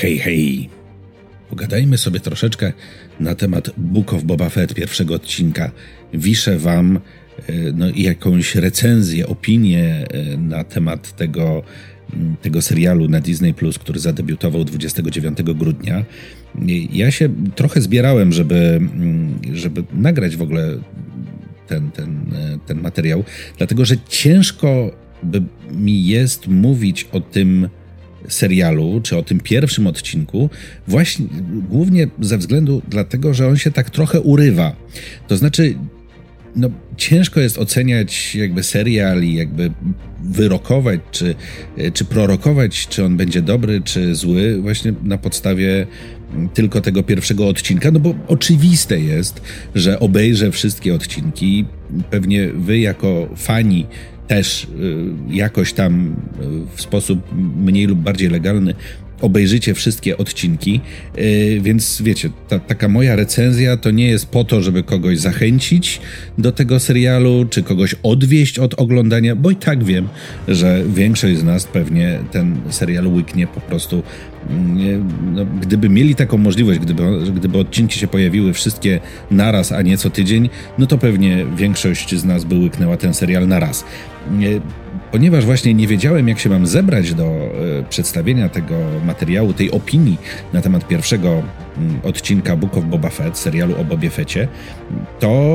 Hej, hej. Pogadajmy sobie troszeczkę na temat Book of Boba Fett pierwszego odcinka. Wiszę wam jakąś recenzję, opinię na temat tego serialu na Disney+, który zadebiutował 29 grudnia. Ja się trochę zbierałem, żeby nagrać w ogóle ten materiał, dlatego że ciężko by mi jest mówić o tym serialu, czy o tym pierwszym odcinku, właśnie głównie ze względu dlatego, że on się tak trochę urywa. To znaczy, ciężko jest oceniać jakby serial i jakby wyrokować, czy prorokować, czy on będzie dobry, czy zły, właśnie na podstawie tylko tego pierwszego odcinka, bo oczywiste jest, że obejrzę wszystkie odcinki. Pewnie wy jako fani też jakoś tam w sposób mniej lub bardziej legalny obejrzycie wszystkie odcinki, więc wiecie, taka moja recenzja to nie jest po to, żeby kogoś zachęcić do tego serialu, czy kogoś odwieść od oglądania, bo i tak wiem, że większość z nas pewnie ten serial łyknie po prostu. Gdyby mieli taką możliwość, gdyby odcinki się pojawiły wszystkie naraz, a nie co tydzień, to pewnie większość z nas by łyknęła ten serial naraz. Ponieważ właśnie nie wiedziałem, jak się mam zebrać do przedstawienia tego materiału, tej opinii na temat pierwszego odcinka Book of Boba Fett, serialu o Bobie Fetcie, to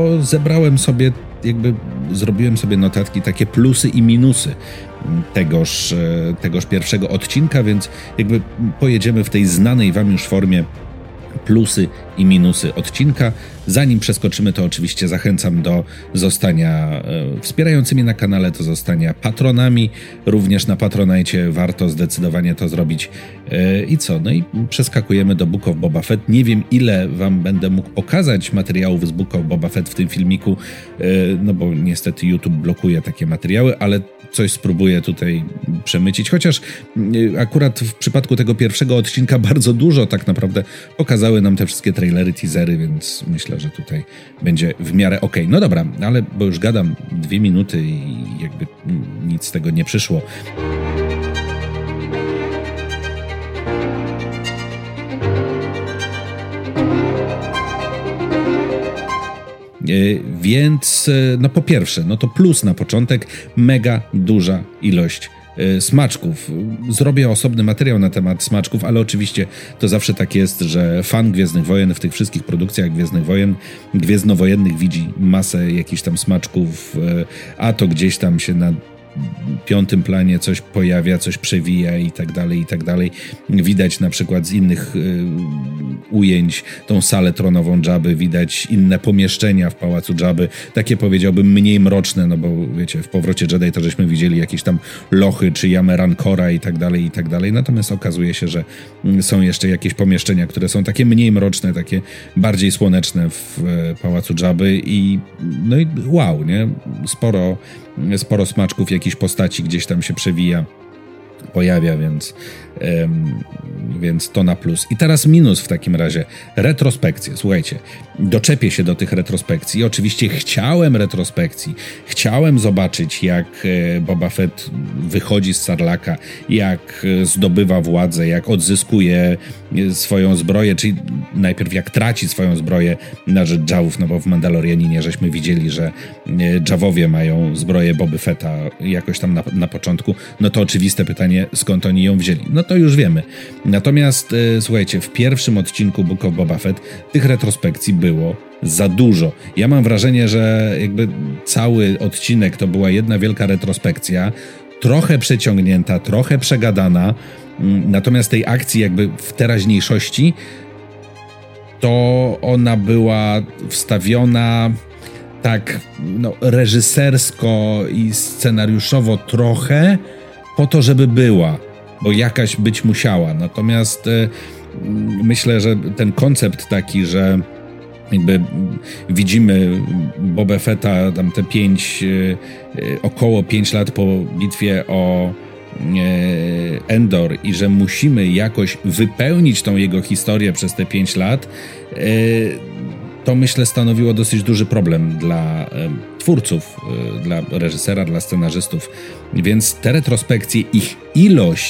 zrobiłem sobie notatki, takie plusy i minusy tegoż pierwszego odcinka, więc jakby pojedziemy w tej znanej wam już formie plusy i minusy odcinka. Zanim przeskoczymy, to oczywiście zachęcam do zostania wspierającymi na kanale, do zostania patronami. Również na Patronite warto zdecydowanie to zrobić. I co? I przeskakujemy do Book of Boba Fett. Nie wiem, ile wam będę mógł pokazać materiałów z Book of Boba Fett w tym filmiku, bo niestety YouTube blokuje takie materiały, ale coś spróbuję tutaj przemycić. Chociaż akurat w przypadku tego pierwszego odcinka bardzo dużo tak naprawdę pokazały nam te wszystkie trailery, teasery, więc myślę, że tutaj będzie w miarę okej. No dobra, ale bo już gadam 2 minuty i jakby nic z tego nie przyszło. Więc po pierwsze, to plus na początek, mega duża ilość smaczków. Zrobię osobny materiał na temat smaczków, ale oczywiście to zawsze tak jest, że fan Gwiezdnych Wojen w tych wszystkich produkcjach gwiezdnowojennych widzi masę jakichś tam smaczków, a to gdzieś tam się na 5. planie coś pojawia, coś przewija i tak dalej. Widać na przykład z innych ujęć tą salę tronową Dżabby, widać inne pomieszczenia w pałacu Dżabby, takie powiedziałbym mniej mroczne, bo wiecie, w Powrocie Jedi to żeśmy widzieli jakieś tam lochy, czy jamę Rancora i tak dalej, natomiast okazuje się, że są jeszcze jakieś pomieszczenia, które są takie mniej mroczne, takie bardziej słoneczne w pałacu Dżabby i wow, nie? Sporo smaczków, jakichś postaci gdzieś tam się przewija, pojawia, więc to na plus. I teraz minus w takim razie. Retrospekcje. Słuchajcie, doczepię się do tych retrospekcji. Oczywiście chciałem retrospekcji. Chciałem zobaczyć, jak Boba Fett wychodzi z Sarlaka, jak zdobywa władzę, jak odzyskuje swoją zbroję, czyli najpierw jak traci swoją zbroję na rzecz Dżawów, bo w Mandalorianinie żeśmy widzieli, że Dżawowie mają zbroję Boby Fetta jakoś tam na początku. To oczywiste pytanie, skąd oni ją wzięli. To już wiemy. Natomiast słuchajcie, w pierwszym odcinku Book of Boba Fett tych retrospekcji było za dużo. Ja mam wrażenie, że jakby cały odcinek to była jedna wielka retrospekcja, trochę przeciągnięta, trochę przegadana, natomiast tej akcji jakby w teraźniejszości to ona była wstawiona tak reżysersko i scenariuszowo trochę po to, żeby była, bo jakaś być musiała. Natomiast myślę, że ten koncept taki, że jakby widzimy Boba Fetta tam te około 5 lat po bitwie o Endor i że musimy jakoś wypełnić tą jego historię przez te 5 lat, to myślę stanowiło dosyć duży problem dla twórców, dla reżysera, dla scenarzystów. Więc te retrospekcje, ich ilość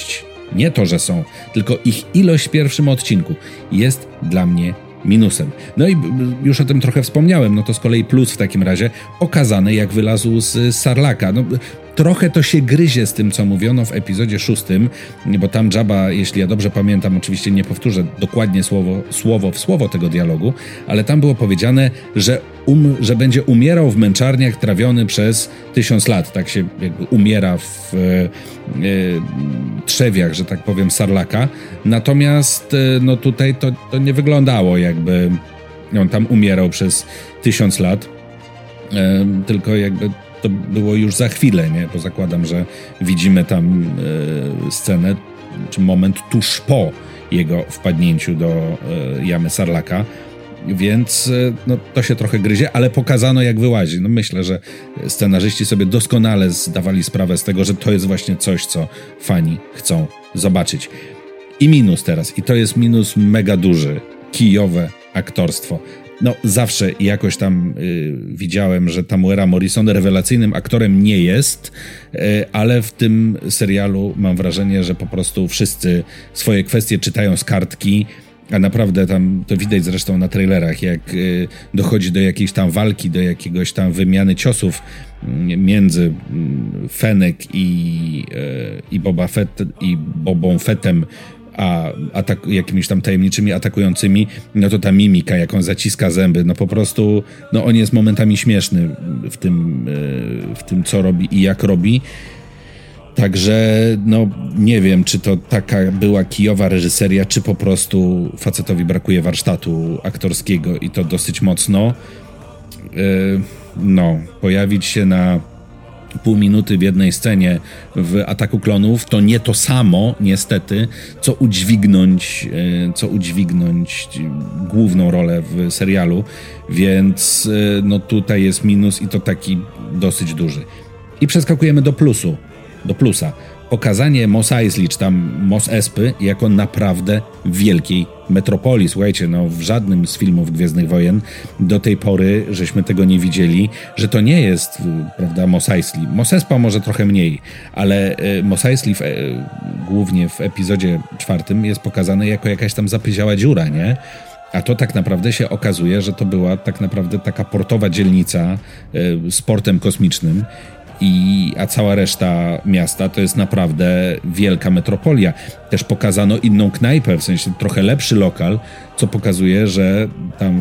Nie to, że są, tylko ich ilość w pierwszym odcinku jest dla mnie minusem. No i już o tym trochę wspomniałem, no to z kolei plus w takim razie pokazane, jak wylazł z Sarlaka. No, trochę to się gryzie z tym, co mówiono w epizodzie 6, bo tam Jabba, jeśli ja dobrze pamiętam, oczywiście nie powtórzę dokładnie słowo w słowo tego dialogu, ale tam było powiedziane, że będzie umierał w męczarniach trawiony przez 1000 lat. Tak się jakby umiera w trzewiach, że tak powiem, Sarlaka. Natomiast no tutaj to nie wyglądało, jakby on tam umierał przez 1000 lat, tylko jakby to było już za chwilę, nie? Bo zakładam, że widzimy tam scenę, czy moment tuż po jego wpadnięciu do jamy Sarlaka, więc no, to się trochę gryzie, ale pokazano, jak wyłazi. No, myślę, że scenarzyści sobie doskonale zdawali sprawę z tego, że to jest właśnie coś, co fani chcą zobaczyć. I minus teraz, i to jest minus mega duży, kijowe aktorstwo. No zawsze jakoś tam widziałem, że Temuera Morrison rewelacyjnym aktorem nie jest, ale w tym serialu mam wrażenie, że po prostu wszyscy swoje kwestie czytają z kartki, a naprawdę tam to widać zresztą na trailerach, jak dochodzi do jakiejś tam walki, do jakiegoś tam wymiany ciosów między Fennec i Boba Fett i Bobą Fettem, a jakimiś tam tajemniczymi atakującymi, no to ta mimika, jak on zaciska zęby, no po prostu, no on jest momentami śmieszny w tym co robi i jak robi. Także, no nie wiem, czy to taka była kijowa reżyseria, czy po prostu facetowi brakuje warsztatu aktorskiego i to dosyć mocno. Pojawić się na pół minuty w jednej scenie w Ataku Klonów, to nie to samo, niestety, co udźwignąć główną rolę w serialu, więc no tutaj jest minus i to taki dosyć duży. I przeskakujemy do plusa. Pokazanie Mos Eisley, czy tam Mos Espy, jako naprawdę wielkiej metropolii. Słuchajcie, no w żadnym z filmów Gwiezdnych Wojen do tej pory żeśmy tego nie widzieli, że to nie jest, prawda, Mos Eisley. Mos Espa może trochę mniej, ale Mos Eisley głównie w epizodzie 4 jest pokazany jako jakaś tam zapyziała dziura, nie? A to tak naprawdę się okazuje, że to była tak naprawdę taka portowa dzielnica z portem kosmicznym, a cała reszta miasta to jest naprawdę wielka metropolia. Też pokazano inną knajpę, w sensie trochę lepszy lokal, co pokazuje, że tam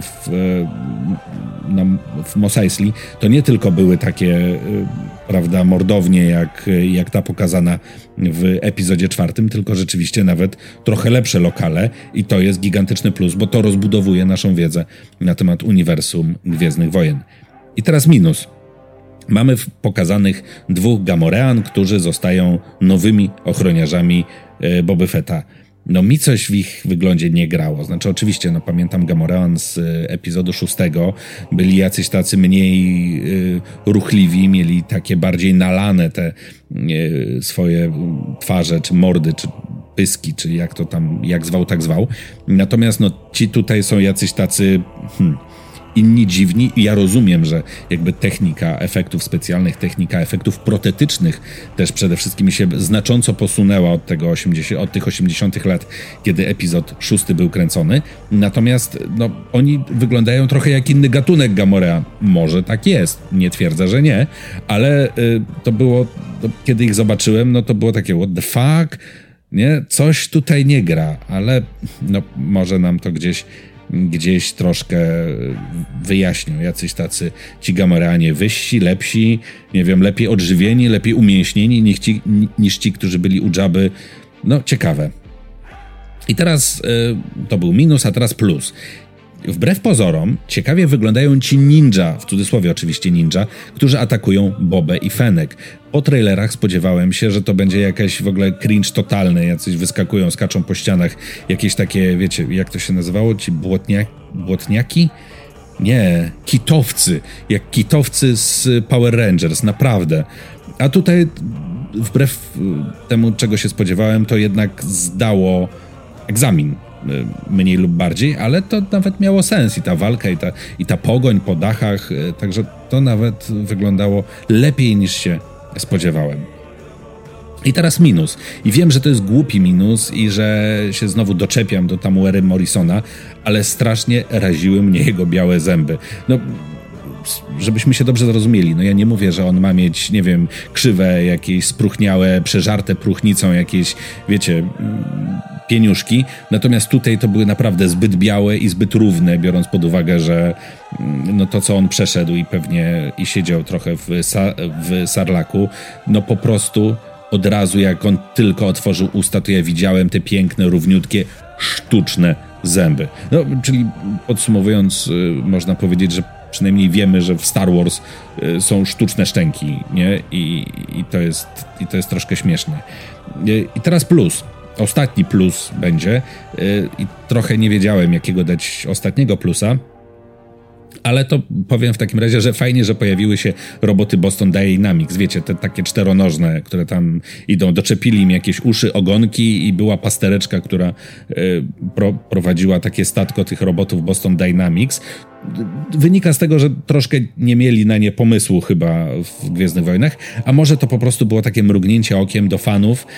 w Mos Eisley to nie tylko były takie, prawda, mordownie jak ta pokazana w epizodzie 4, tylko rzeczywiście nawet trochę lepsze lokale i to jest gigantyczny plus, bo to rozbudowuje naszą wiedzę na temat uniwersum Gwiezdnych Wojen. I teraz minus. Mamy pokazanych 2 Gamorean, którzy zostają nowymi ochroniarzami Boby Fetta. No mi coś w ich wyglądzie nie grało. Znaczy oczywiście, no pamiętam Gamorean z epizodu 6, byli jacyś tacy mniej ruchliwi, mieli takie bardziej nalane te swoje twarze, czy mordy, czy pyski, czy jak to tam, jak zwał, tak zwał. Natomiast no ci tutaj są jacyś tacy... inni dziwni i ja rozumiem, że jakby technika efektów specjalnych, technika efektów protetycznych też przede wszystkim się znacząco posunęła od tych 80 lat, kiedy epizod 6 był kręcony. Natomiast no, oni wyglądają trochę jak inny gatunek Gamorean. Może tak jest, nie twierdzę, że nie, ale kiedy ich zobaczyłem, no to było takie what the fuck, nie? Coś tutaj nie gra, ale no może nam to gdzieś troszkę wyjaśnią, jacyś tacy ci Gamoreanie wyżsi, lepsi, nie wiem, lepiej odżywieni, lepiej umięśnieni niż ci, którzy byli u Jabby. No, ciekawe. I teraz to był minus, a teraz plus. Wbrew pozorom, ciekawie wyglądają ci ninja, w cudzysłowie oczywiście ninja, którzy atakują Bobę i Fennec. Po trailerach spodziewałem się, że to będzie jakaś w ogóle cringe totalny, jacyś wyskakują, skaczą po ścianach, jakieś takie, wiecie, jak to się nazywało? Ci błotniaki? Nie, kitowcy. Jak kitowcy z Power Rangers, naprawdę. A tutaj, wbrew temu, czego się spodziewałem, to jednak zdało egzamin. Mniej lub bardziej, ale to nawet miało sens i ta walka, i ta pogoń po dachach, także to nawet wyglądało lepiej niż się spodziewałem. I teraz minus. I wiem, że to jest głupi minus i że się znowu doczepiam do Temuera Morrisona, ale strasznie raziły mnie jego białe zęby. No, żebyśmy się dobrze zrozumieli, no ja nie mówię, że on ma mieć, nie wiem, krzywe, jakieś spróchniałe, przeżarte próchnicą, jakieś, wiecie, pieniuszki, natomiast tutaj to były naprawdę zbyt białe i zbyt równe, biorąc pod uwagę, że no to, co on przeszedł i pewnie i siedział trochę w Sarlaku, no po prostu od razu, jak on tylko otworzył usta, to ja widziałem te piękne, równiutkie, sztuczne zęby. No, czyli podsumowując, można powiedzieć, że przynajmniej wiemy, że w Star Wars są sztuczne szczęki, nie? I to jest troszkę śmieszne. I teraz plus. Ostatni plus będzie. I trochę nie wiedziałem, jakiego dać ostatniego plusa. Ale to powiem w takim razie, że fajnie, że pojawiły się roboty Boston Dynamics. Wiecie, te takie czteronożne, które tam idą. Doczepili im jakieś uszy, ogonki i była pastereczka, która prowadziła takie statko tych robotów Boston Dynamics. Wynika z tego, że troszkę nie mieli na nie pomysłu chyba w Gwiezdnych Wojnach, a może to po prostu było takie mrugnięcie okiem do fanów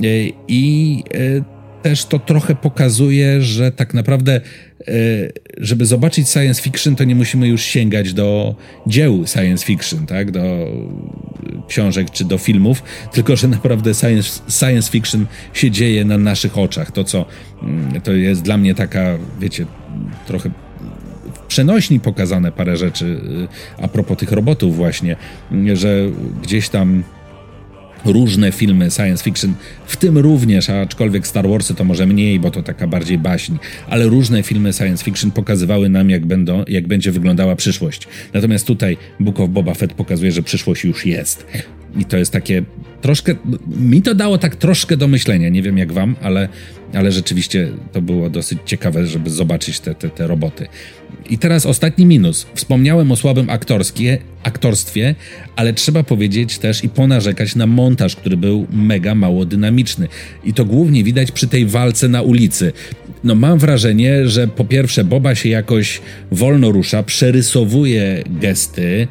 i też to trochę pokazuje, że tak naprawdę, żeby zobaczyć science fiction, to nie musimy już sięgać do dzieł science fiction, tak? Do książek czy do filmów, tylko że naprawdę science fiction się dzieje na naszych oczach. To jest dla mnie taka, wiecie, trochę w przenośni pokazane parę rzeczy a propos tych robotów właśnie, że gdzieś tam różne filmy science fiction, w tym również, aczkolwiek Star Warsy to może mniej, bo to taka bardziej baśń, ale różne filmy science fiction pokazywały nam, jak będzie wyglądała przyszłość. Natomiast tutaj Book of Boba Fett pokazuje, że przyszłość już jest. I to jest takie troszkę, mi to dało tak troszkę do myślenia, nie wiem jak wam, ale rzeczywiście to było dosyć ciekawe, żeby zobaczyć te roboty. I teraz ostatni minus. Wspomniałem o słabym aktorstwie, ale trzeba powiedzieć też i ponarzekać na montaż, który był mega mało dynamiczny. I to głównie widać przy tej walce na ulicy. No mam wrażenie, że po pierwsze Boba się jakoś wolno rusza, przerysowuje gesty,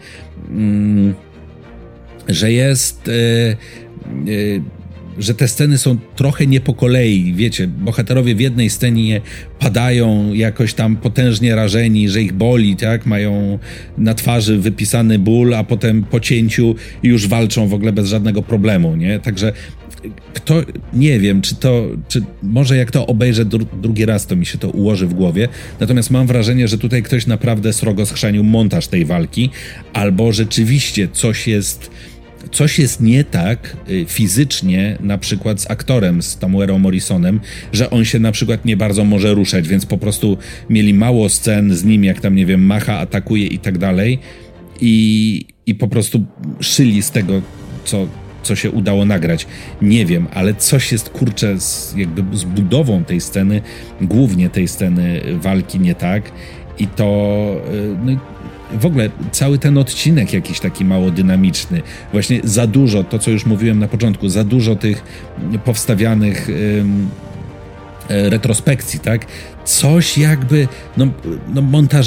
że jest... że te sceny są trochę nie po kolei, wiecie, bohaterowie w jednej scenie padają jakoś tam potężnie rażeni, że ich boli, tak, mają na twarzy wypisany ból, a potem po cięciu już walczą w ogóle bez żadnego problemu, nie, także nie wiem, czy może jak to obejrzę drugi raz, to mi się to ułoży w głowie, natomiast mam wrażenie, że tutaj ktoś naprawdę srogo schrzanił montaż tej walki, albo rzeczywiście coś jest nie tak fizycznie, na przykład z aktorem, z Temuerą Morrisonem, że on się na przykład nie bardzo może ruszać, więc po prostu mieli mało scen z nim, jak tam, nie wiem, macha, atakuje i tak dalej i po prostu szyli z tego, co się udało nagrać. Nie wiem, ale coś jest, kurczę, jakby z budową tej sceny, głównie tej sceny walki nie tak i to... No, w ogóle cały ten odcinek jakiś taki mało dynamiczny. Właśnie za dużo, to co już mówiłem na początku, za dużo tych powstawianych retrospekcji, tak? Coś jakby, no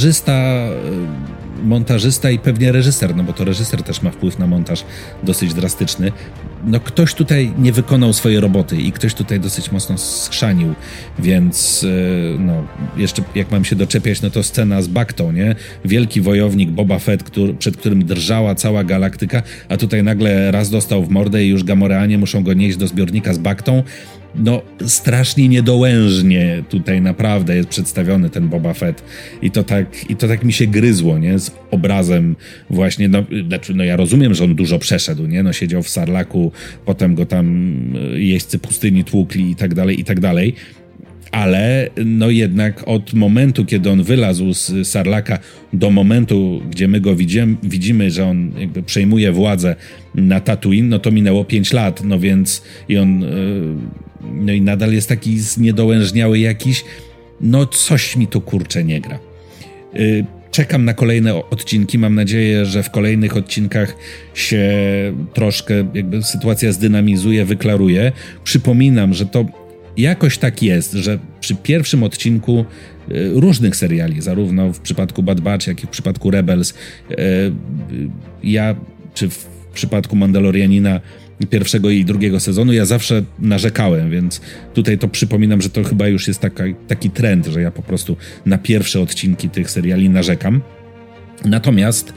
montażysta i pewnie reżyser, no bo to reżyser też ma wpływ na montaż dosyć drastyczny. No ktoś tutaj nie wykonał swojej roboty i ktoś tutaj dosyć mocno schrzanił, więc no jeszcze jak mam się doczepiać, no to scena z Bactą, nie? Wielki wojownik Boba Fett, przed którym drżała cała galaktyka, a tutaj nagle raz dostał w mordę i już Gamoreanie muszą go nieść do zbiornika z Bactą. No strasznie niedołężnie tutaj naprawdę jest przedstawiony ten Boba Fett i to tak mi się gryzło, nie? Z obrazem właśnie, no ja rozumiem, że on dużo przeszedł, nie? No siedział w Sarlaku, potem go tam jeźdźcy pustyni tłukli i tak dalej, ale no jednak od momentu, kiedy on wylazł z Sarlaka do momentu, gdzie my go widzimy, że on jakby przejmuje władzę na Tatooine, no to minęło 5 lat, no więc i on no i nadal jest taki zniedołężniały jakiś, no coś mi tu kurczę nie gra. Czekam na kolejne odcinki, mam nadzieję, że w kolejnych odcinkach się troszkę jakby sytuacja zdynamizuje, wyklaruje. Przypominam, że to jakoś tak jest, że przy pierwszym odcinku różnych seriali, zarówno w przypadku Bad Batch, jak i w przypadku Rebels, czy w przypadku Mandalorianina, pierwszego i drugiego sezonu. Ja zawsze narzekałem, więc tutaj to przypominam, że to chyba już jest taki trend, że ja po prostu na pierwsze odcinki tych seriali narzekam. Natomiast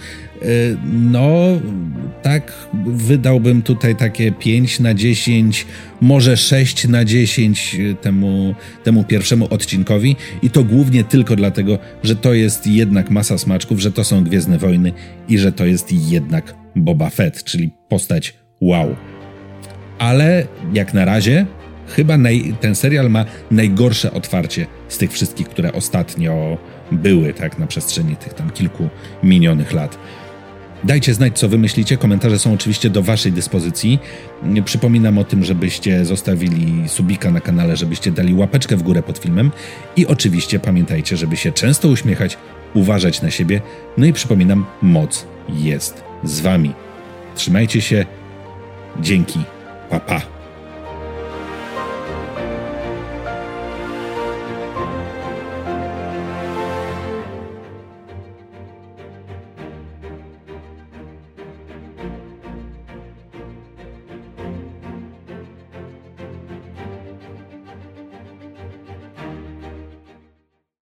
tak wydałbym tutaj takie 5/10, może 6/10 temu pierwszemu odcinkowi i to głównie tylko dlatego, że to jest jednak masa smaczków, że to są Gwiezdne Wojny i że to jest jednak Boba Fett, czyli postać wow. Ale jak na razie chyba ten serial ma najgorsze otwarcie z tych wszystkich, które ostatnio były tak na przestrzeni tych tam kilku minionych lat. Dajcie znać, co wy myślicie. Komentarze są oczywiście do waszej dyspozycji. Przypominam o tym, żebyście zostawili subika na kanale, żebyście dali łapeczkę w górę pod filmem i oczywiście pamiętajcie, żeby się często uśmiechać, uważać na siebie. No i przypominam, moc jest z wami. Trzymajcie się. Dzięki. Pa, pa.